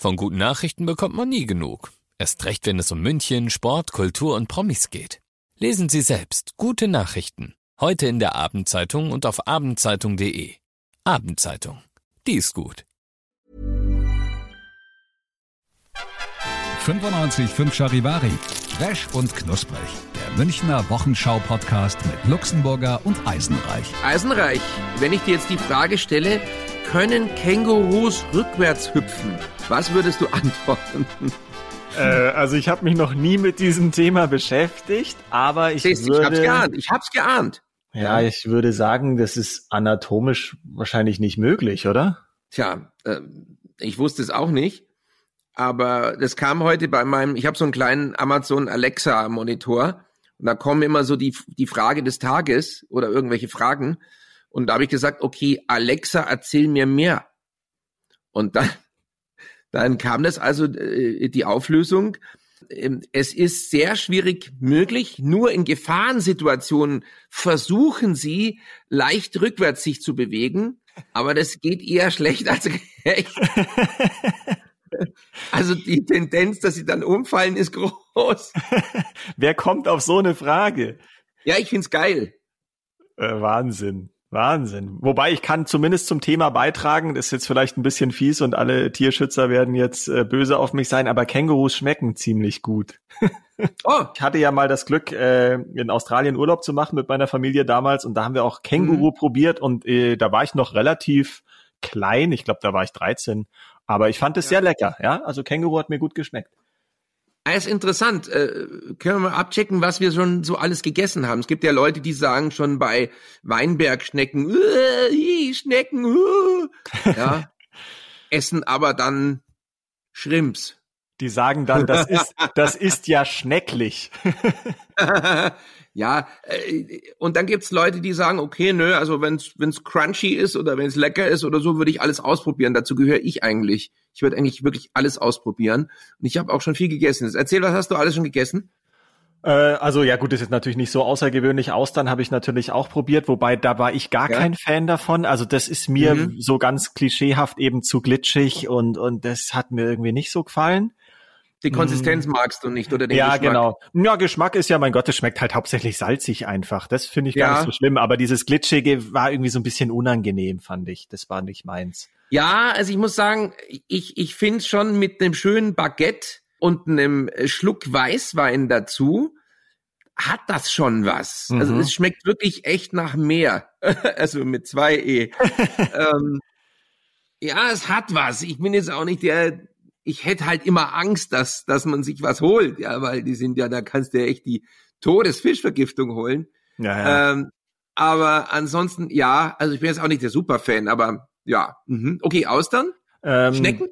Von guten Nachrichten bekommt man nie genug. Erst recht, wenn es um München, Sport, Kultur und Promis geht. Lesen Sie selbst gute Nachrichten. Heute in der Abendzeitung und auf abendzeitung.de. Abendzeitung. Die ist gut. 95.5 Charivari. Fresh und knusprig. Der Münchner Wochenschau-Podcast mit Luxemburger und Eisenreich. Eisenreich, wenn ich dir jetzt die Frage stelle, können Kängurus rückwärts hüpfen? Was würdest du antworten? Also ich habe mich noch nie mit diesem Thema beschäftigt, aber ich hab's geahnt. Ja, ich würde sagen, das ist anatomisch wahrscheinlich nicht möglich, oder? Tja, ich wusste es auch nicht, aber das kam heute ich habe so einen kleinen Amazon Alexa Monitor und da kommen immer so die Frage des Tages oder irgendwelche Fragen und da habe ich gesagt, okay, Alexa, erzähl mir mehr. Und dann kam das also die Auflösung. Es ist sehr schwierig möglich, nur in Gefahrensituationen versuchen sie, leicht rückwärts sich zu bewegen, aber das geht eher schlecht als recht. Also die Tendenz, dass sie dann umfallen, ist groß. Wer kommt auf so eine Frage? Ja, ich find's geil. Wahnsinn. Wobei ich kann zumindest zum Thema beitragen, das ist jetzt vielleicht ein bisschen fies und alle Tierschützer werden jetzt böse auf mich sein, aber Kängurus schmecken ziemlich gut. Oh. Ich hatte ja mal das Glück, in Australien Urlaub zu machen mit meiner Familie damals und da haben wir auch Känguru probiert und da war ich noch relativ klein, ich glaube, da war ich 13, aber ich fand es sehr lecker, ja, also Känguru hat mir gut geschmeckt. Das ist interessant. Können wir mal abchecken, was wir schon so alles gegessen haben. Es gibt ja Leute, die sagen schon bei Weinbergschnecken, Schnecken, ja, essen aber dann Shrimps. Die sagen dann, das ist ja schnecklich. Ja, und dann gibt's Leute, die sagen, okay, also wenn's crunchy ist oder wenn's lecker ist oder so, würde ich alles ausprobieren. Dazu gehöre ich eigentlich. Ich würde eigentlich wirklich alles ausprobieren. Und ich habe auch schon viel gegessen. Erzähl, was hast du alles schon gegessen? Also ja gut, das ist natürlich nicht so außergewöhnlich. Austern habe ich natürlich auch probiert, wobei da war ich gar kein Fan davon. Also das ist mir so ganz klischeehaft eben zu glitschig und das hat mir irgendwie nicht so gefallen. Die Konsistenz magst du nicht, oder den Geschmack? Ja, genau. Ja, Geschmack ist ja, mein Gott, es schmeckt halt hauptsächlich salzig einfach. Das finde ich gar nicht so schlimm, aber dieses Glitschige war irgendwie so ein bisschen unangenehm, fand ich. Das war nicht meins. Ja, also ich muss sagen, ich finde schon mit einem schönen Baguette und einem Schluck Weißwein dazu, hat das schon was. Also es schmeckt wirklich echt nach mehr. Also mit 2 E. Ja, es hat was. Ich bin jetzt auch nicht ich hätte halt immer Angst, dass man sich was holt, ja, weil die sind ja, da kannst du ja echt die Todesfischvergiftung holen. Ja. Aber ansonsten, ja, also ich bin jetzt auch nicht der Superfan, aber ja. Okay, Austern? Schnecken?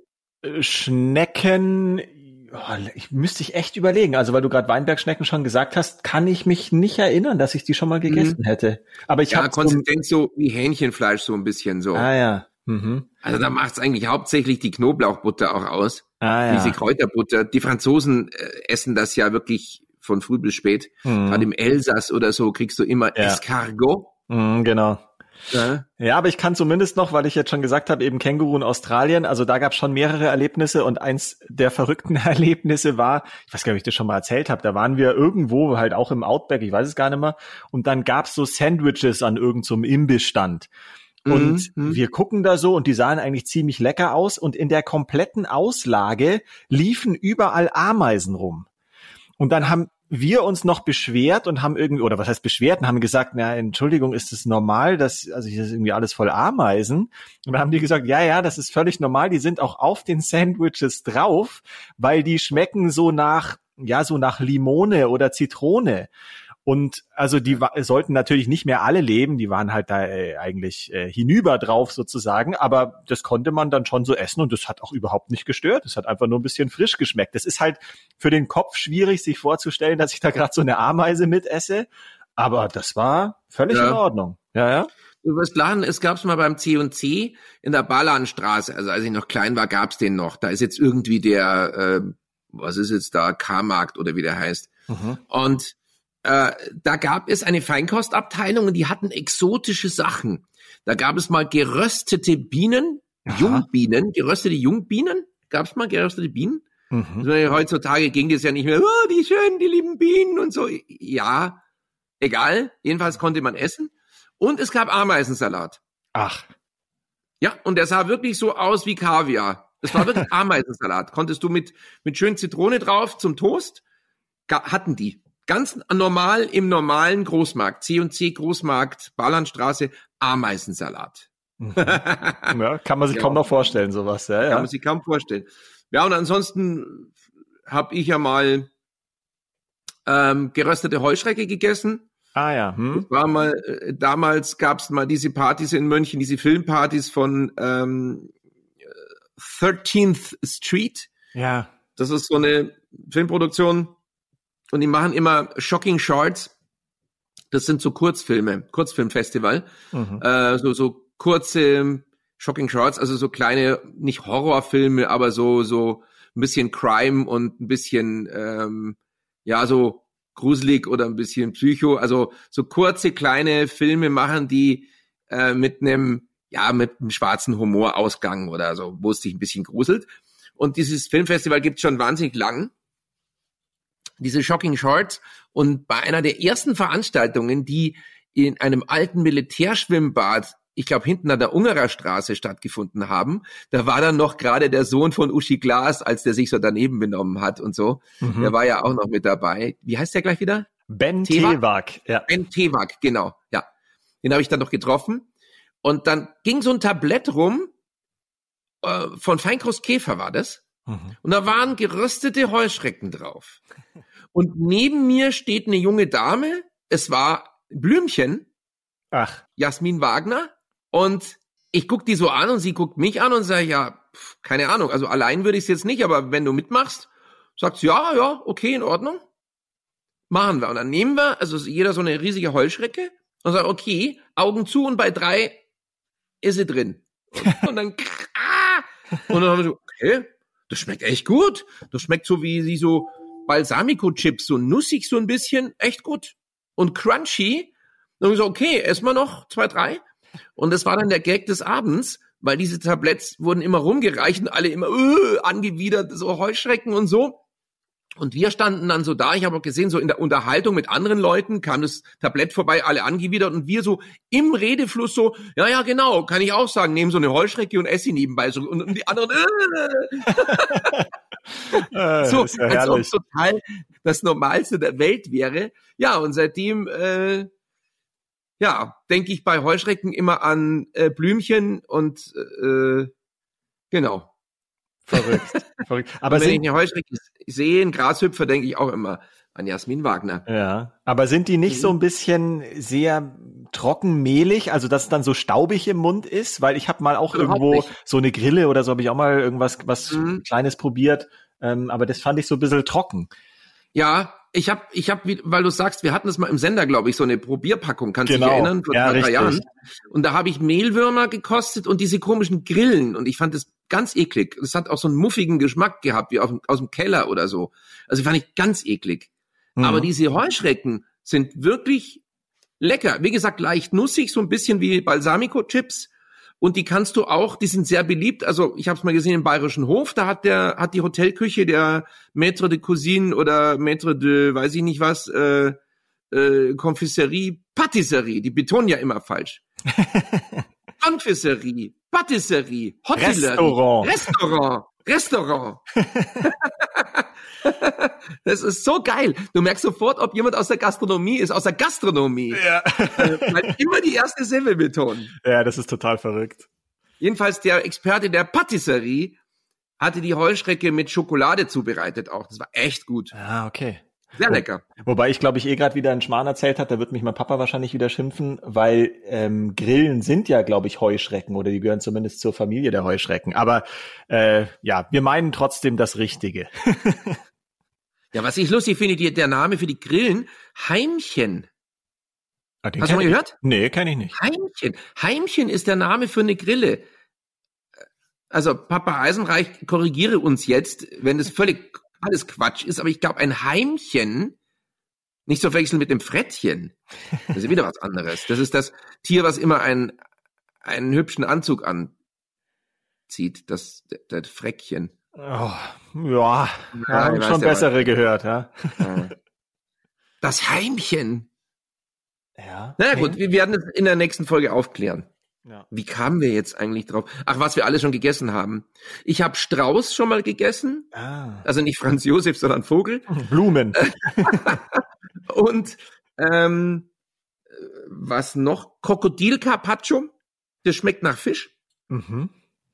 Schnecken, ich müsste echt überlegen. Also weil du gerade Weinbergschnecken schon gesagt hast, kann ich mich nicht erinnern, dass ich die schon mal gegessen hätte. Aber ich habe Konsistenz so wie Hähnchenfleisch so ein bisschen so. Ah ja. Also da macht's eigentlich hauptsächlich die Knoblauchbutter auch aus. Ja. Diese Kräuterbutter. Die Franzosen essen das ja wirklich von früh bis spät. Gerade im Elsass oder so kriegst du immer Escargot. Genau. Ja, aber ich kann zumindest noch, weil ich jetzt schon gesagt habe, eben Känguru in Australien, also da gab es schon mehrere Erlebnisse und eins der verrückten Erlebnisse war, ich weiß gar nicht, ob ich das schon mal erzählt habe, da waren wir irgendwo halt auch im Outback, ich weiß es gar nicht mehr, und dann gab es so Sandwiches an irgend so einem Imbissstand. Und wir gucken da so und die sahen eigentlich ziemlich lecker aus und in der kompletten Auslage liefen überall Ameisen rum. Und dann haben wir uns noch beschwert und haben irgendwie, oder was heißt beschwert, und haben gesagt, na, Entschuldigung, ist das normal, also hier ist irgendwie alles voll Ameisen? Und dann haben die gesagt, ja, das ist völlig normal, die sind auch auf den Sandwiches drauf, weil die schmecken so nach Limone oder Zitrone. Und also die sollten natürlich nicht mehr alle leben, die waren halt da eigentlich hinüber drauf sozusagen, aber das konnte man dann schon so essen und das hat auch überhaupt nicht gestört. Das hat einfach nur ein bisschen frisch geschmeckt. Das ist halt für den Kopf schwierig, sich vorzustellen, dass ich da gerade so eine Ameise mitesse, aber das war völlig in Ordnung. Ja. Du wirst lachen, es gab's mal beim C&C in der Ballanstraße, also als ich noch klein war, gab's den noch. Da ist jetzt irgendwie der, was ist jetzt da, K-Markt oder wie der heißt. Und da gab es eine Feinkostabteilung und die hatten exotische Sachen. Da gab es mal geröstete Bienen, geröstete Jungbienen. Gab's mal geröstete Bienen? Heutzutage ging das ja nicht mehr, oh, die schönen, die lieben Bienen und so. Ja, egal. Jedenfalls konnte man essen. Und es gab Ameisensalat. Ach. Ja, und der sah wirklich so aus wie Kaviar. Es war wirklich Ameisensalat. Konntest du mit schön Zitrone drauf zum Toast, hatten die. Ganz normal im normalen Großmarkt, C&C Großmarkt, Ballandstraße, Ameisensalat. Ja, kann man sich kaum noch vorstellen, sowas. Ja. Kann man sich kaum vorstellen. Ja, und ansonsten habe ich ja mal geröstete Heuschrecke gegessen. Ah ja. Das war mal, damals gab's mal diese Partys in München, diese Filmpartys von 13th Street. Ja. Das ist so eine Filmproduktion und die machen immer Shocking Shorts. Das sind so Kurzfilmfestival. So kurze Shocking Shorts, also so kleine, nicht Horrorfilme, aber so ein bisschen Crime und ein bisschen, so gruselig oder ein bisschen Psycho. Also so kurze, kleine Filme machen die mit einem schwarzen Humorausgang oder so, wo es dich ein bisschen gruselt. Und dieses Filmfestival gibt's schon wahnsinnig lang. Diese Shocking Shorts. Und bei einer der ersten Veranstaltungen, die in einem alten Militärschwimmbad, ich glaube hinten an der Ungerer Straße stattgefunden haben, da war dann noch gerade der Sohn von Uschi Glas, als der sich so daneben benommen hat und so. Der war ja auch noch mit dabei. Wie heißt der gleich wieder? Ben Tewak. Ja. Ben Tewak, genau. Ja, den habe ich dann noch getroffen. Und dann ging so ein Tablett rum, von Feinkost Käfer war das. Und da waren geröstete Heuschrecken drauf. Und neben mir steht eine junge Dame, es war Blümchen, Jasmin Wagner, und ich guck die so an und sie guckt mich an und sage, ja, keine Ahnung, also allein würde ich es jetzt nicht, aber wenn du mitmachst, sagt sie, ja, okay, in Ordnung, machen wir. Und dann nehmen wir, also jeder so eine riesige Heuschrecke und sagt, okay, Augen zu und bei 3 ist sie drin. Und dann, und dann haben wir so, okay, das schmeckt echt gut. Das schmeckt so wie so Balsamico-Chips, so nussig so ein bisschen, echt gut. Und crunchy. Und ich so, okay, essen wir noch 2, 3. Und das war dann der Gag des Abends, weil diese Tabletts wurden immer rumgereicht und alle immer angewidert, so Heuschrecken und so. Und wir standen dann so da, ich habe auch gesehen, so in der Unterhaltung mit anderen Leuten kam das Tablett vorbei, alle angewidert und wir so im Redefluss so, ja, genau, kann ich auch sagen, nehmen so eine Heuschrecke und esse sie nebenbei so und die anderen so, als ob es total das Normalste der Welt wäre. Ja, und seitdem denke ich bei Heuschrecken immer an Blümchen und genau. Verrückt. Aber wenn ich eine Heuschrecke sehe, einen Grashüpfer, denke ich auch immer an Jasmin Wagner. Ja, aber sind die nicht so ein bisschen sehr trockenmehlig, also dass es dann so staubig im Mund ist? Weil ich habe mal auch irgendwo so eine Grille oder so, habe ich auch mal was Kleines probiert, aber das fand ich so ein bisschen trocken. Ja, ich hab, weil du sagst, wir hatten das mal im Sender, glaube ich, so eine Probierpackung, kannst du dich erinnern, vor 2, 3 Jahren. Und da habe ich Mehlwürmer gekostet und diese komischen Grillen und ich fand das ganz eklig. Das hat auch so einen muffigen Geschmack gehabt, wie aus dem Keller oder so. Also fand ich ganz eklig. Aber diese Heuschrecken sind wirklich lecker. Wie gesagt, leicht nussig, so ein bisschen wie Balsamico-Chips. Und die kannst du auch, die sind sehr beliebt. Also ich habe es mal gesehen im Bayerischen Hof, da hat die Hotelküche der Maître de Cuisine oder Maître de, weiß ich nicht was, Confiserie, Patisserie, die betonen ja immer falsch. Confiserie, Patisserie, Hotellerie, Restaurant. Das ist so geil. Du merkst sofort, ob jemand aus der Gastronomie ist, aus der Gastronomie. Ja. Weil immer die erste Silbe betonen. Ja, das ist total verrückt. Jedenfalls der Experte der Patisserie hatte die Heuschrecke mit Schokolade zubereitet auch. Das war echt gut. Ah, okay. Sehr lecker. Wobei ich, glaube ich, gerade wieder einen Schmarrn erzählt hat, da wird mich mein Papa wahrscheinlich wieder schimpfen, weil Grillen sind ja, glaube ich, Heuschrecken oder die gehören zumindest zur Familie der Heuschrecken. Aber wir meinen trotzdem das Richtige. Ja, was ich lustig finde, der Name für die Grillen, Heimchen. Hast du mal gehört? Nee, kenne ich nicht. Heimchen ist der Name für eine Grille. Also Papa Eisenreich, korrigiere uns jetzt, wenn das völlig alles Quatsch ist, aber ich glaube, ein Heimchen, nicht zu verwechseln mit dem Frettchen, das ist wieder was anderes. Das ist das Tier, was immer einen hübschen Anzug anzieht, das Freckchen. Oh, ja, haben schon bessere gehört, ja. Das Heimchen. Ja. Na gut, wir werden es in der nächsten Folge aufklären. Ja. Wie kamen wir jetzt eigentlich drauf? Ach, was wir alle schon gegessen haben. Ich habe Strauß schon mal gegessen. Also nicht Franz Josef, sondern Vogel. Blumen. Und was noch? Krokodil Carpaccio. Das schmeckt nach Fisch. Mhm.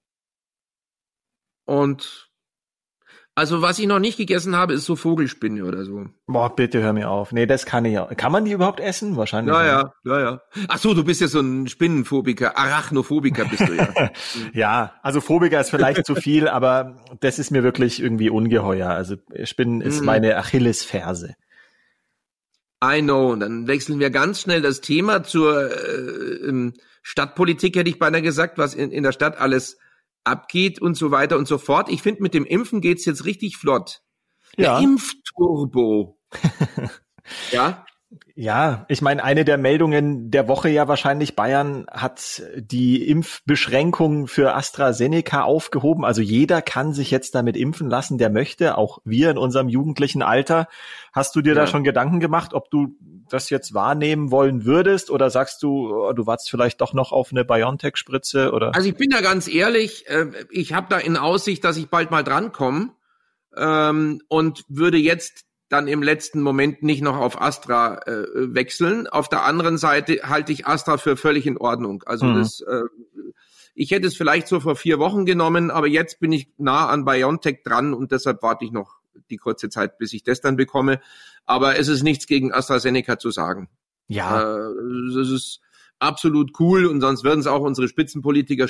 Und also was ich noch nicht gegessen habe, ist so Vogelspinne oder so. Boah, bitte hör mir auf. Nee, das kann ich auch. Kann man die überhaupt essen? Wahrscheinlich. Ja. Ach so, du bist ja so ein Spinnenphobiker, Arachnophobiker bist du ja. Ja, also Phobiker ist vielleicht zu viel, aber das ist mir wirklich irgendwie ungeheuer. Also Spinnen ist meine Achillesferse. I know. Und dann wechseln wir ganz schnell das Thema zur Stadtpolitik, hätte ich beinahe gesagt, was in der Stadt alles abgeht und so weiter und so fort. Ich finde, mit dem Impfen geht's jetzt richtig flott. Ja. Der Impfturbo. Ja? Ja, ich meine, eine der Meldungen der Woche ja wahrscheinlich, Bayern hat die Impfbeschränkung für AstraZeneca aufgehoben. Also jeder kann sich jetzt damit impfen lassen, der möchte, auch wir in unserem jugendlichen Alter. Hast du dir da schon Gedanken gemacht, ob du das jetzt wahrnehmen wollen würdest, oder sagst du, du wartest vielleicht doch noch auf eine BioNTech-Spritze? Oder? Also ich bin da ganz ehrlich, ich habe da in Aussicht, dass ich bald mal drankomme und würde jetzt dann im letzten Moment nicht noch auf Astra wechseln. Auf der anderen Seite halte ich Astra für völlig in Ordnung. Also ich hätte es vielleicht so vor 4 Wochen genommen, aber jetzt bin ich nah an BioNTech dran und deshalb warte ich noch die kurze Zeit, bis ich das dann bekomme. Aber es ist nichts gegen AstraZeneca zu sagen. Ja. Das ist absolut cool und sonst würden es auch unsere Spitzenpolitiker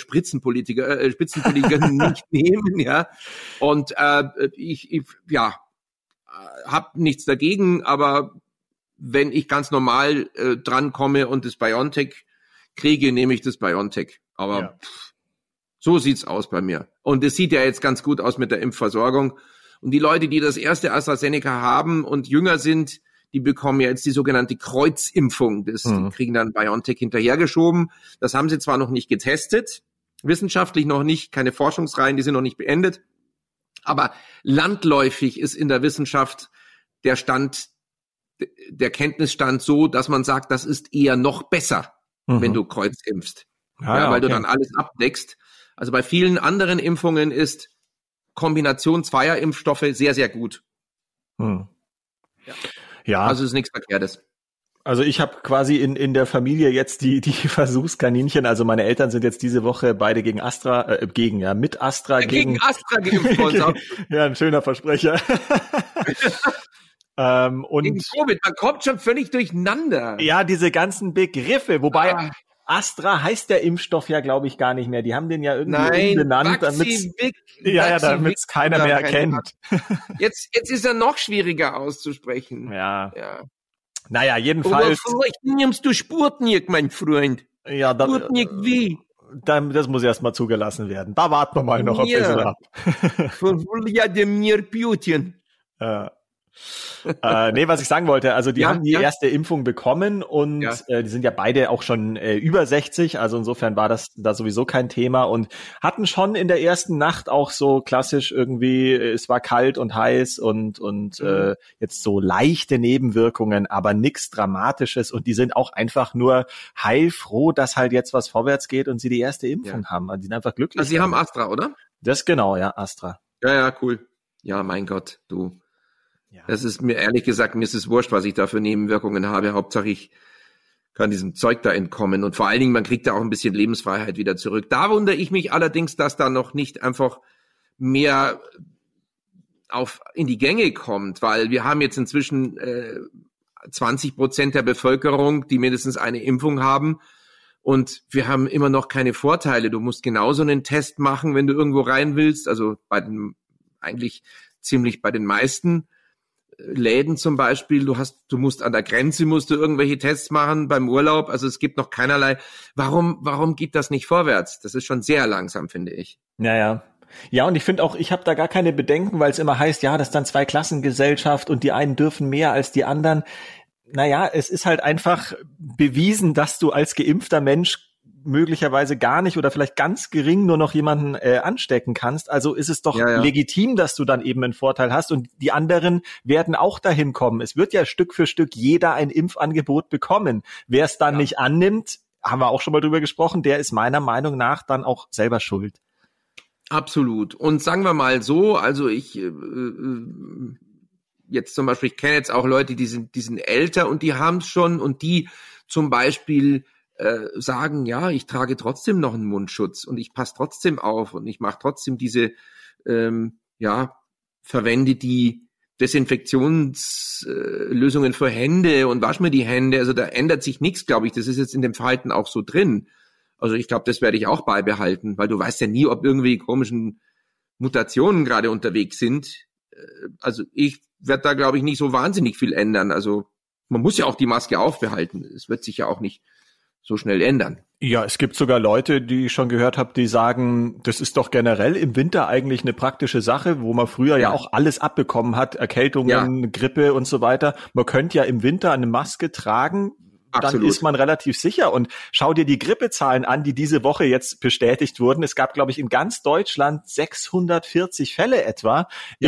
nicht nehmen, ja. Und ich hab nichts dagegen, aber wenn ich ganz normal drankomme und das BioNTech kriege, nehme ich das BioNTech. Aber so sieht's aus bei mir. Und es sieht ja jetzt ganz gut aus mit der Impfversorgung. Und die Leute, die das erste AstraZeneca haben und jünger sind, die bekommen ja jetzt die sogenannte Kreuzimpfung. Die kriegen dann BioNTech hinterhergeschoben. Das haben sie zwar noch nicht getestet, wissenschaftlich noch nicht, keine Forschungsreihen, die sind noch nicht beendet. Aber landläufig ist in der Wissenschaft der Kenntnisstand so, dass man sagt, das ist eher noch besser, wenn du kreuzimpfst. Weil du dann alles abdeckst. Also bei vielen anderen Impfungen ist Kombination zweier Impfstoffe sehr, sehr gut. Ja. Also ist nichts Verkehrtes. Also ich habe quasi in der Familie jetzt die Versuchskaninchen. Also meine Eltern sind jetzt diese Woche beide mit Astra gegen geimpft worden. Ja, ein schöner Versprecher. Und gegen Covid, man kommt schon völlig durcheinander. Ja, diese ganzen Begriffe, wobei Astra heißt der Impfstoff ja, glaube ich, gar nicht mehr. Die haben den ja irgendwie umbenannt, damit es keiner mehr erkennt. Jetzt ist er noch schwieriger auszusprechen. Ja. Naja, jedenfalls. Oder vielleicht nimmst du Sputnik, mein Freund. Ja, Sputnik wie? Das muss erstmal zugelassen werden. Da warten wir mal noch ein bisschen ab. Von Wladimir Putin. Nee, was ich sagen wollte, also die haben die erste Impfung bekommen und die sind ja beide auch schon über 60, also insofern war das da sowieso kein Thema und hatten schon in der ersten Nacht auch so klassisch irgendwie, es war kalt und heiß und jetzt so leichte Nebenwirkungen, aber nichts Dramatisches und die sind auch einfach nur heilfroh, dass halt jetzt was vorwärts geht und sie die erste Impfung haben. Also die sind einfach glücklich. Also sie haben Astra, oder? Das genau, ja, Astra. Ja, cool. Ja, mein Gott, du. Ja. Das ist mir ehrlich gesagt, mir ist es wurscht, was ich da für Nebenwirkungen habe. Hauptsache ich kann diesem Zeug da entkommen. Und vor allen Dingen, man kriegt da auch ein bisschen Lebensfreiheit wieder zurück. Da wundere ich mich allerdings, dass da noch nicht einfach mehr in die Gänge kommt, weil wir haben jetzt inzwischen 20% der Bevölkerung, die mindestens eine Impfung haben. Und wir haben immer noch keine Vorteile. Du musst genauso einen Test machen, wenn du irgendwo rein willst. Also ziemlich bei den meisten Läden zum Beispiel, du musst an der Grenze irgendwelche Tests machen beim Urlaub, also es gibt noch keinerlei. Warum geht das nicht vorwärts? Das ist schon sehr langsam, finde ich. Ja, und ich finde auch, ich habe da gar keine Bedenken, weil es immer heißt, ja, das ist dann Zweiklassengesellschaft und die einen dürfen mehr als die anderen. Naja, es ist halt einfach bewiesen, dass du als geimpfter Mensch möglicherweise gar nicht oder vielleicht ganz gering nur noch jemanden anstecken kannst. Also ist es doch legitim, dass du dann eben einen Vorteil hast und die anderen werden auch dahin kommen. Es wird ja Stück für Stück jeder ein Impfangebot bekommen. Wer es dann nicht annimmt, haben wir auch schon mal drüber gesprochen, der ist meiner Meinung nach dann auch selber schuld. Absolut. Und sagen wir mal so, also ich jetzt zum Beispiel, ich kenne jetzt auch Leute, die sind älter und die haben es schon und die zum Beispiel sagen, ja, ich trage trotzdem noch einen Mundschutz und ich passe trotzdem auf und ich mache trotzdem diese, verwende die Desinfektionslösungen für Hände und wasche mir die Hände. Also da ändert sich nichts, glaube ich. Das ist jetzt in dem Verhalten auch so drin. Also ich glaube, das werde ich auch beibehalten, weil du weißt ja nie, ob irgendwie komischen Mutationen gerade unterwegs sind. Also ich werde da, glaube ich, nicht so wahnsinnig viel ändern. Also man muss ja auch die Maske aufbehalten. Es wird sich ja auch nicht so schnell ändern. Ja, es gibt sogar Leute, die ich schon gehört habe, die sagen, das ist doch generell im Winter eigentlich eine praktische Sache, wo man früher ja auch alles abbekommen hat, Erkältungen, Grippe und so weiter. Man könnte ja im Winter eine Maske tragen. Absolut. Dann ist man relativ sicher. Und schau dir die Grippezahlen an, die diese Woche jetzt bestätigt wurden. Es gab, glaube ich, in ganz Deutschland 640 Fälle etwa.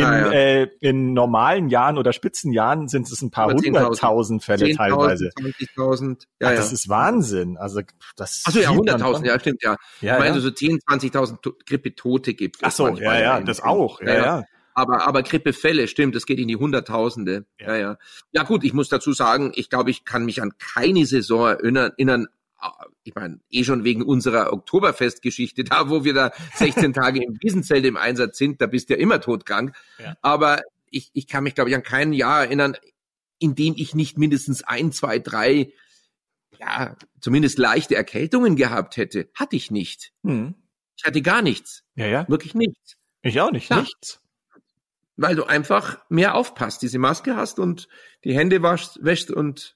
In normalen Jahren oder Spitzenjahren sind es ein paar 100.000 Fälle 10.000, teilweise. 20.000. Das ist Wahnsinn. Also das. Ach so, 100.000, ja, stimmt, ja. Ich meine, so 10.000, 20.000 Grippetote gibt es. Ach so, das auch. Ja. Aber Grippefälle, stimmt, das geht in die Hunderttausende. Ja. Ja gut, ich muss dazu sagen, ich glaube, ich kann mich an keine Saison erinnern, ich meine, schon wegen unserer Oktoberfestgeschichte, da wo wir da 16 Tage im Wiesenzelt im Einsatz sind, da bist du ja immer todkrank. Ja. Aber ich kann mich, glaube ich, an kein Jahr erinnern, in dem ich nicht mindestens 1, 2, 3, zumindest leichte Erkältungen gehabt hätte. Hatte ich nicht. Ich hatte gar nichts. Ja. Wirklich nichts. Ich auch nicht, nichts. Weil du einfach mehr aufpasst, diese Maske hast und die Hände wäschst und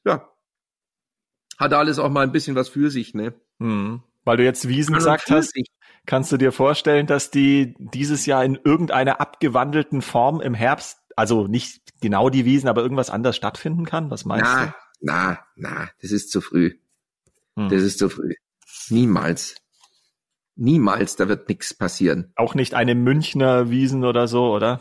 hat alles auch mal ein bisschen was für sich, ne? Weil du jetzt Wiesn gesagt hast, kannst du dir vorstellen, dass die dieses Jahr in irgendeiner abgewandelten Form im Herbst, also nicht genau die Wiesn, aber irgendwas anders stattfinden kann? Was meinst du? Na, das ist zu früh. Das ist zu früh. Niemals, da wird nichts passieren. Auch nicht eine Münchner Wiesn oder so, oder?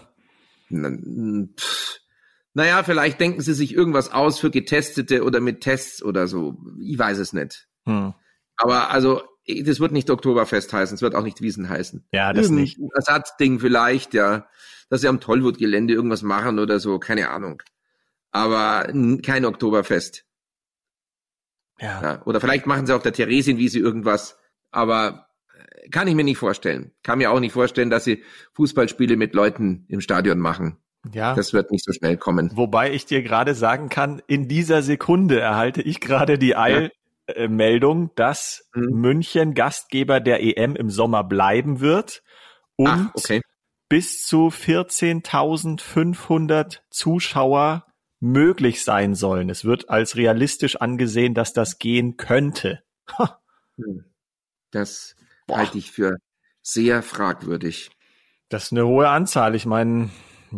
Naja, vielleicht denken sie sich irgendwas aus für Getestete oder mit Tests oder so. Ich weiß es nicht. Aber also, das wird nicht Oktoberfest heißen, es wird auch nicht Wiesn heißen. Ja, das nicht. Ein Ersatzding vielleicht, dass sie am Tollwood-Gelände irgendwas machen oder so, keine Ahnung. Aber kein Oktoberfest. Ja. Oder vielleicht machen sie auf der Theresienwiese irgendwas, aber kann ich mir nicht vorstellen. Kann mir auch nicht vorstellen, dass sie Fußballspiele mit Leuten im Stadion machen. Ja. Das wird nicht so schnell kommen. Wobei ich dir gerade sagen kann, in dieser Sekunde erhalte ich gerade die Eilmeldung, dass München Gastgeber der EM im Sommer bleiben wird und bis zu 14.500 Zuschauer möglich sein sollen. Es wird als realistisch angesehen, dass das gehen könnte. Das halte ich für sehr fragwürdig. Das ist eine hohe Anzahl. Ich meine,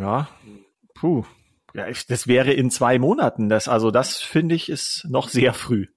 das wäre in 2 Monaten. Das finde ich ist noch sehr früh.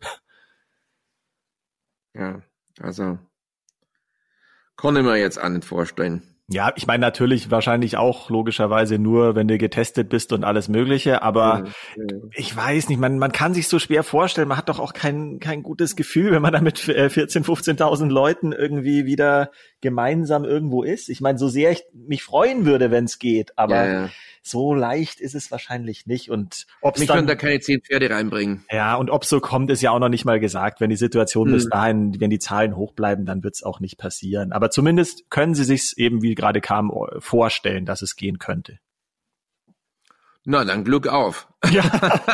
Ja, also kann ich mir jetzt auch nicht vorstellen. Ja, ich meine natürlich wahrscheinlich auch logischerweise nur, wenn du getestet bist und alles Mögliche, aber ich weiß nicht, man kann sich so schwer vorstellen, man hat doch auch kein gutes Gefühl, wenn man da mit 14.000, 15.000 Leuten irgendwie wieder gemeinsam irgendwo ist. Ich meine, so sehr ich mich freuen würde, wenn es geht, aber so leicht ist es wahrscheinlich nicht. Und mich können da keine 10 Pferde reinbringen. Ja, und ob so kommt, ist ja auch noch nicht mal gesagt. Wenn die Situation bis dahin, wenn die Zahlen hoch bleiben, dann wird es auch nicht passieren. Aber zumindest können sie sich's eben, wie gerade kam, vorstellen, dass es gehen könnte. Na, dann Glück auf. Ja.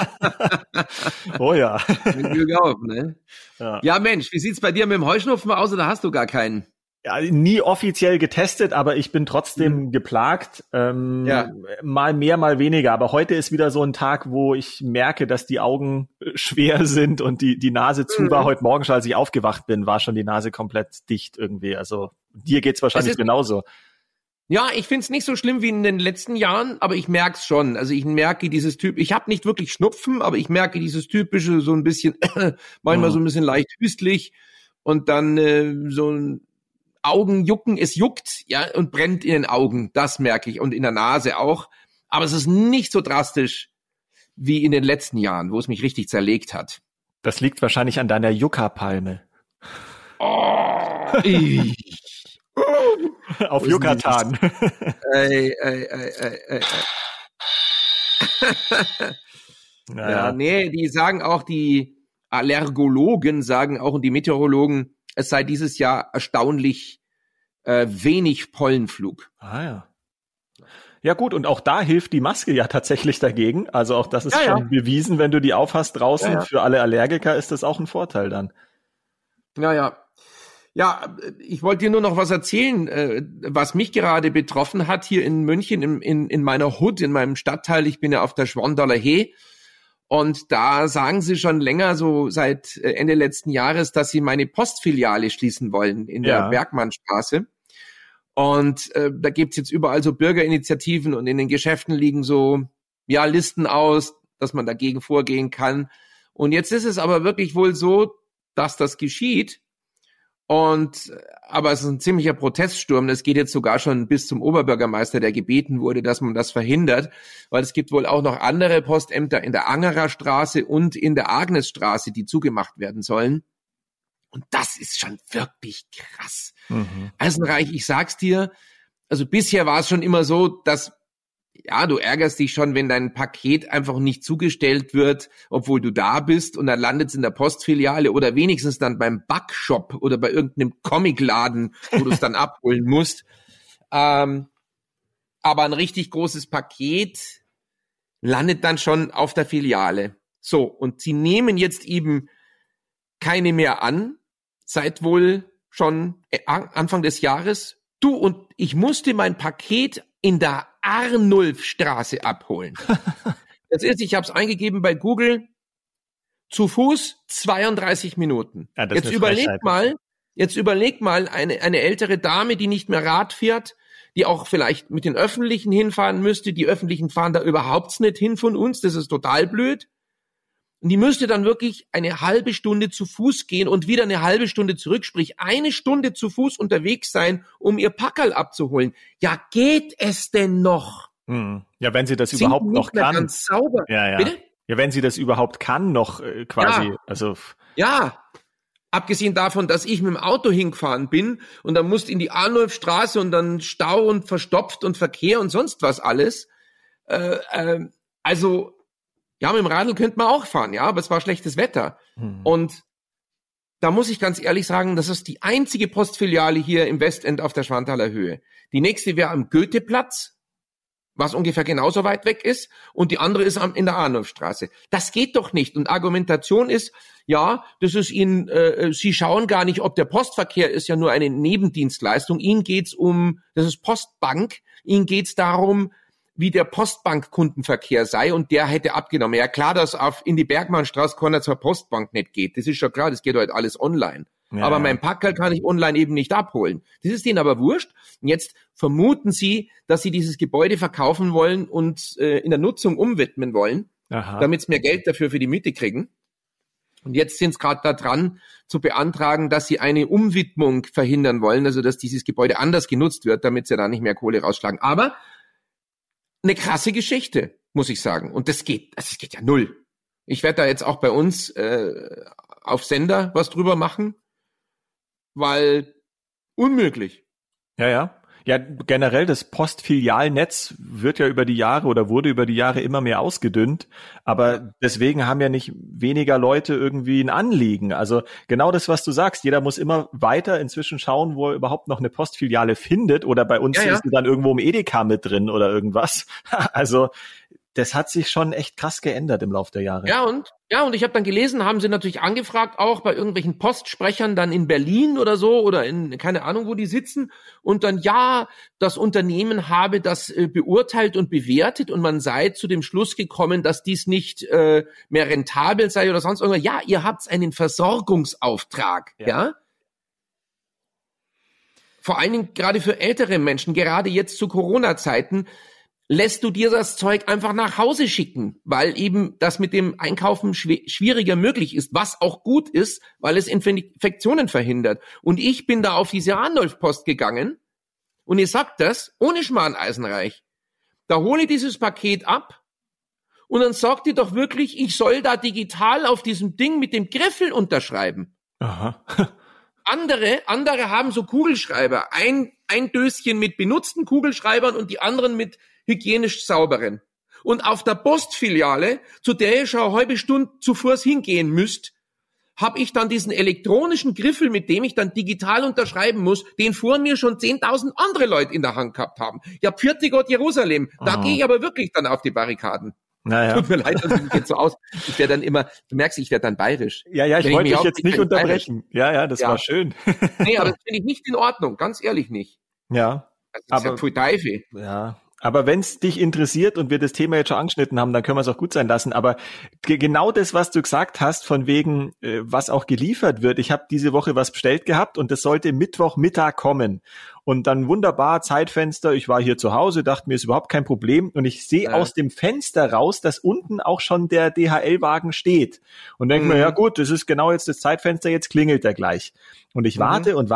Oh ja. Glück auf, ne? Ja, Mensch, wie sieht's bei dir mit dem Heuschnupfen aus oder hast du gar keinen? Ja, nie offiziell getestet, aber ich bin trotzdem geplagt. Mal mehr, mal weniger. Aber heute ist wieder so ein Tag, wo ich merke, dass die Augen schwer sind und die Nase zu war. Heute Morgen schon, als ich aufgewacht bin, war schon die Nase komplett dicht irgendwie. Also dir geht's wahrscheinlich genauso. Ja, ich find's nicht so schlimm wie in den letzten Jahren, aber ich merk's schon. Also ich merke dieses ich habe nicht wirklich Schnupfen, aber ich merke dieses typische so ein bisschen, manchmal so ein bisschen leicht hüstlich. und dann so ein Augenjucken, es juckt, ja, und brennt in den Augen, das merke ich, und in der Nase auch. Aber es ist nicht so drastisch wie in den letzten Jahren, wo es mich richtig zerlegt hat. Das liegt wahrscheinlich an deiner Yucca-Palme. Oh, auf Yucatan. Ja, nee, die sagen auch, die Allergologen sagen auch und die Meteorologen, es sei dieses Jahr erstaunlich wenig Pollenflug. Ah ja. Ja gut, und auch da hilft die Maske ja tatsächlich dagegen. Also auch das ist schon bewiesen, wenn du die aufhast draußen. Ja. Für alle Allergiker ist das auch ein Vorteil dann. Ja. Ja, ich wollte dir nur noch was erzählen, was mich gerade betroffen hat hier in München, in meiner Hood, in meinem Stadtteil. Ich bin ja auf der Schwandorfer Hee. Und da sagen sie schon länger, so seit Ende letzten Jahres, dass sie meine Postfiliale schließen wollen in der Bergmannstraße. Und da gibt's jetzt überall so Bürgerinitiativen und in den Geschäften liegen so Listen aus, dass man dagegen vorgehen kann. Und jetzt ist es aber wirklich wohl so, dass das geschieht. Aber es ist ein ziemlicher Proteststurm. Das geht jetzt sogar schon bis zum Oberbürgermeister, der gebeten wurde, dass man das verhindert, weil es gibt wohl auch noch andere Postämter in der Angerer Straße und in der Agnesstraße, die zugemacht werden sollen. Und das ist schon wirklich krass. Eisenreich, ich sag's dir, also bisher war es schon immer so, dass du ärgerst dich schon, wenn dein Paket einfach nicht zugestellt wird, obwohl du da bist, und dann landet es in der Postfiliale oder wenigstens dann beim Backshop oder bei irgendeinem Comicladen, wo du es dann abholen musst. Aber ein richtig großes Paket landet dann schon auf der Filiale. So, und sie nehmen jetzt eben keine mehr an, seit wohl schon Anfang des Jahres. Du, und ich musste mein Paket in der Arnulfstraße abholen. Das ist, ich habe es eingegeben bei Google, zu Fuß 32 Minuten. Ja, jetzt überleg mal eine ältere Dame, die nicht mehr Rad fährt, die auch vielleicht mit den Öffentlichen hinfahren müsste. Die Öffentlichen fahren da überhaupt nicht hin von uns, das ist total blöd. Und die müsste dann wirklich eine halbe Stunde zu Fuß gehen und wieder eine halbe Stunde zurück, sprich 1 Stunde zu Fuß unterwegs sein, um ihr Packerl abzuholen. Ja, geht es denn noch? Ja, wenn sie das überhaupt noch kann. Ganz sauber. Ja. Bitte? Ja, wenn sie das überhaupt kann, noch quasi. Ja, abgesehen davon, dass ich mit dem Auto hingefahren bin und dann musste in die Arnulfstraße und dann Stau und verstopft und Verkehr und sonst was alles. Ja, mit dem Radl könnte man auch fahren, ja, aber es war schlechtes Wetter. Und da muss ich ganz ehrlich sagen, das ist die einzige Postfiliale hier im Westend auf der Schwanthaler Höhe. Die nächste wäre am Goetheplatz, was ungefähr genauso weit weg ist, und die andere ist in der Arnulfstraße. Das geht doch nicht. Und Argumentation ist, ja, das ist Ihnen, Sie schauen gar nicht, ob der Postverkehr ist ja nur eine Nebendienstleistung. Ihnen geht's das ist Postbank, Ihnen geht's darum, wie der Postbankkundenverkehr sei, und der hätte abgenommen. Ja klar, dass in die Bergmannstraße keiner zur Postbank nicht geht. Das ist schon klar, das geht heute alles online. Ja. Aber mein Packerl kann ich online eben nicht abholen. Das ist denen aber wurscht. Und jetzt vermuten sie, dass sie dieses Gebäude verkaufen wollen und in der Nutzung umwidmen wollen, damit sie mehr Geld dafür für die Miete kriegen. Und jetzt sind sie gerade da dran, zu beantragen, dass sie eine Umwidmung verhindern wollen, also dass dieses Gebäude anders genutzt wird, damit sie da nicht mehr Kohle rausschlagen. Aber eine krasse Geschichte, muss ich sagen. Und das geht ja null. Ich werde da jetzt auch bei uns auf Sender was drüber machen, weil unmöglich. Ja. Ja, generell das Postfilialnetz wird ja über die Jahre oder wurde über die Jahre immer mehr ausgedünnt. Aber deswegen haben ja nicht weniger Leute irgendwie ein Anliegen. Also genau das, was du sagst. Jeder muss immer weiter inzwischen schauen, wo er überhaupt noch eine Postfiliale findet. Oder bei uns ist sie dann irgendwo im Edeka mit drin oder irgendwas. Also das hat sich schon echt krass geändert im Laufe der Jahre. Ja, und ich habe dann gelesen, haben sie natürlich angefragt, auch bei irgendwelchen Postsprechern dann in Berlin oder so oder in keine Ahnung, wo die sitzen, und dann das Unternehmen habe das beurteilt und bewertet und man sei zu dem Schluss gekommen, dass dies nicht mehr rentabel sei oder sonst irgendwas. Ja, ihr habt einen Versorgungsauftrag, ja? Vor allen Dingen gerade für ältere Menschen, gerade jetzt zu Corona-Zeiten. lässt du dir das Zeug einfach nach Hause schicken, weil eben das mit dem Einkaufen schwieriger möglich ist, was auch gut ist, weil es Infektionen verhindert. Und ich bin da auf diese Arnolf-Post gegangen und ihr sagt das, ohne Schmarrn Eisenreich. Da hole ich dieses Paket ab und dann sagt ihr doch wirklich, ich soll da digital auf diesem Ding mit dem Griffel unterschreiben. Aha. Andere haben so Kugelschreiber, ein Döschen mit benutzten Kugelschreibern und die anderen mit hygienisch sauberen. Und auf der Postfiliale, zu der ihr schon eine halbe Stunde zuvor hingehen müsst, habe ich dann diesen elektronischen Griffel, mit dem ich dann digital unterschreiben muss, den vor mir schon 10.000 andere Leute in der Hand gehabt haben. Ja, pfiat Gott Jerusalem. Da gehe ich aber wirklich dann auf die Barrikaden. Naja. Tut mir leid, dass ich jetzt so aus. Ich werde dann immer, du merkst, ich werde dann bayerisch. Ja, ich wollte dich jetzt nicht unterbrechen. Ja, das war schön. Nee, aber das finde ich nicht in Ordnung, ganz ehrlich nicht. Ja. Also das ist ja pfui Teufel. Ja. Aber wenn es dich interessiert und wir das Thema jetzt schon angeschnitten haben, dann können wir es auch gut sein lassen. Aber genau das, was du gesagt hast, von wegen, was auch geliefert wird. Ich habe diese Woche was bestellt gehabt und das sollte Mittwochmittag kommen. Und dann wunderbar, Zeitfenster, ich war hier zu Hause, dachte mir, ist überhaupt kein Problem. Und ich sehe aus dem Fenster raus, dass unten auch schon der DHL-Wagen steht. Und denke mir, ja gut, das ist genau jetzt das Zeitfenster, jetzt klingelt er gleich. Und ich warte und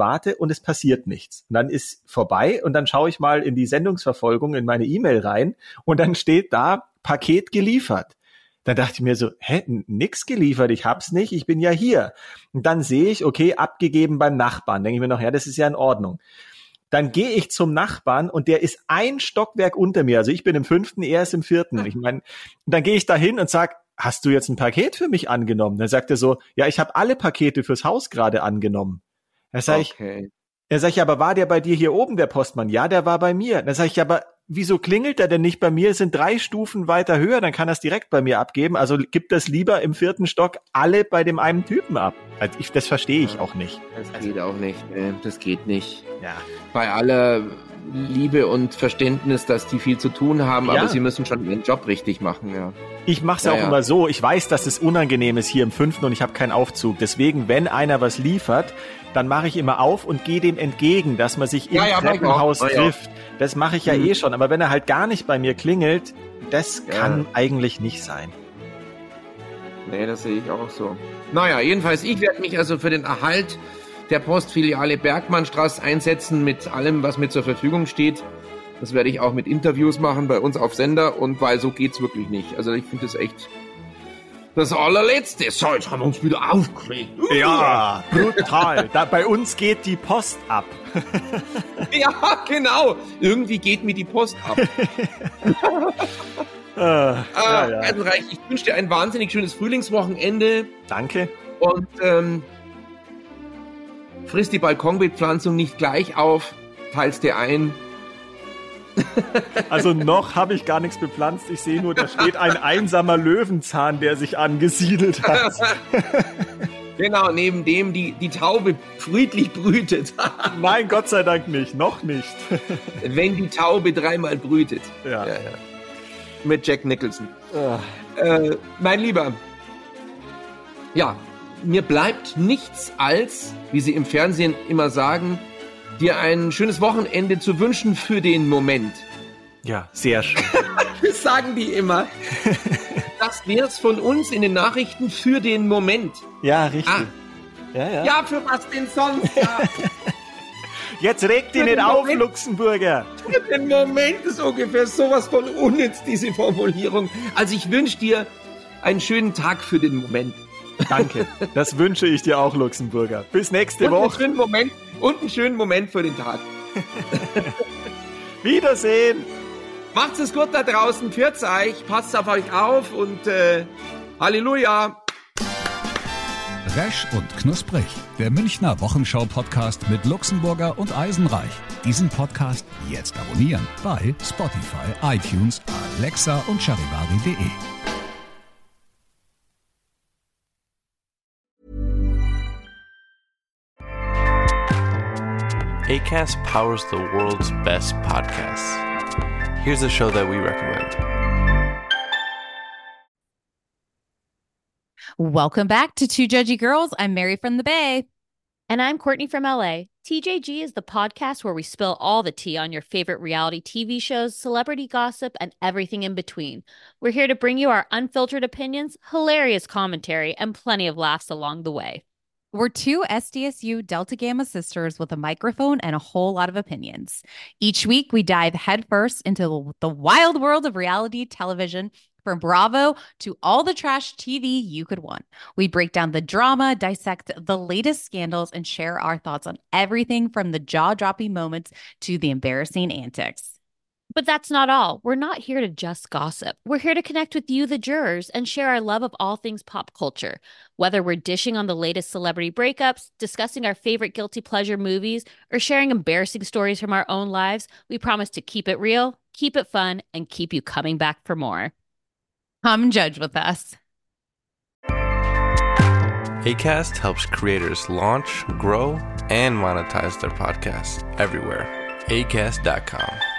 es passiert nichts. Und dann ist vorbei und dann schaue ich mal in die Sendungsverfolgung, in meine E-Mail rein und dann steht da, Paket geliefert. Dann dachte ich mir so, nix geliefert, ich hab's nicht, ich bin ja hier. Und dann sehe ich, okay, abgegeben beim Nachbarn. Denke ich mir noch, ja, das ist ja in Ordnung. Dann gehe ich zum Nachbarn und der ist ein Stockwerk unter mir. Also ich bin im 5., er ist im 4. Ich meine, dann gehe ich da hin und sag, hast du jetzt ein Paket für mich angenommen? Dann sagt er so, ja, ich habe alle Pakete fürs Haus gerade angenommen. Dann sag ich, aber war der bei dir hier oben, der Postmann? Ja, der war bei mir. Dann sage ich, aber wieso klingelt er denn nicht bei mir? Es sind 3 Stufen weiter höher, dann kann er es direkt bei mir abgeben. Also gibt das lieber im 4. Stock alle bei dem einen Typen ab. Also das verstehe ich auch nicht. Das geht auch nicht. Das geht nicht. Ja. Bei aller Liebe und Verständnis, dass die viel zu tun haben, aber sie müssen schon ihren Job richtig machen. Ja. Ich mache es auch immer so. Ich weiß, dass es unangenehm ist hier im 5. und ich habe keinen Aufzug. Deswegen, wenn einer was liefert, dann mache ich immer auf und gehe dem entgegen, dass man sich im Treppenhaus trifft. Das mache ich ja eh schon. Aber wenn er halt gar nicht bei mir klingelt, das kann eigentlich nicht sein. Nee, das sehe ich auch so. Naja, jedenfalls, ich werde mich also für den Erhalt der Postfiliale Bergmannstraße einsetzen mit allem, was mir zur Verfügung steht. Das werde ich auch mit Interviews machen bei uns auf Sender und weil so geht's wirklich nicht. Also ich finde das echt das allerletzte. So, jetzt haben wir uns wieder aufgeregt. Ja, brutal. Bei uns geht die Post ab. Ja, genau. Irgendwie geht mir die Post ab. Eisenreich, ich wünsche dir ein wahnsinnig schönes Frühlingswochenende. Danke. Und frisst die Balkonbepflanzung nicht gleich auf, teilst dir ein. Also noch habe ich gar nichts bepflanzt. Ich sehe nur, da steht ein einsamer Löwenzahn, der sich angesiedelt hat. Genau, neben dem die Taube friedlich brütet. Nein, Gott sei Dank nicht. Noch nicht. Wenn die Taube 3-mal brütet. Ja. Mit Jack Nicholson. Mein Lieber, ja, mir bleibt nichts als, wie sie im Fernsehen immer sagen, dir ein schönes Wochenende zu wünschen für den Moment. Ja, sehr schön. Das sagen die immer. Das wär's von uns in den Nachrichten für den Moment. Ja, richtig. Ja, für was denn sonst? Ja. Jetzt reg dich nicht auf, Luxemburger. Für den Moment ist ungefähr sowas von unnütz, diese Formulierung. Also ich wünsche dir einen schönen Tag für den Moment. Danke, das wünsche ich dir auch, Luxemburger. Bis nächste Woche. Einen schönen Moment für den Tag. Wiedersehen. Macht's es gut da draußen, pfiat's euch, passt auf euch auf und Halleluja. Resch und Knusprig, der Münchner Wochenschau-Podcast mit Luxemburger und Eisenreich. Diesen Podcast jetzt abonnieren bei Spotify, iTunes, Alexa und charivari.de. Acast powers the world's best podcasts. Here's a show that we recommend. Welcome back to Two Judgy Girls. I'm Mary from the Bay. And I'm Courtney from LA. TJG is the podcast where we spill all the tea on your favorite reality TV shows, celebrity gossip, and everything in between. We're here to bring you our unfiltered opinions, hilarious commentary, and plenty of laughs along the way. We're two SDSU Delta Gamma sisters with a microphone and a whole lot of opinions. Each week, we dive headfirst into the wild world of reality television, from Bravo to all the trash TV you could want. We break down the drama, dissect the latest scandals, and share our thoughts on everything from the jaw-dropping moments to the embarrassing antics. But that's not all. We're not here to just gossip. We're here to connect with you, the jurors, and share our love of all things pop culture. Whether we're dishing on the latest celebrity breakups, discussing our favorite guilty pleasure movies, or sharing embarrassing stories from our own lives, we promise to keep it real, keep it fun, and keep you coming back for more. Come judge with us. Acast helps creators launch, grow, and monetize their podcasts everywhere. Acast.com.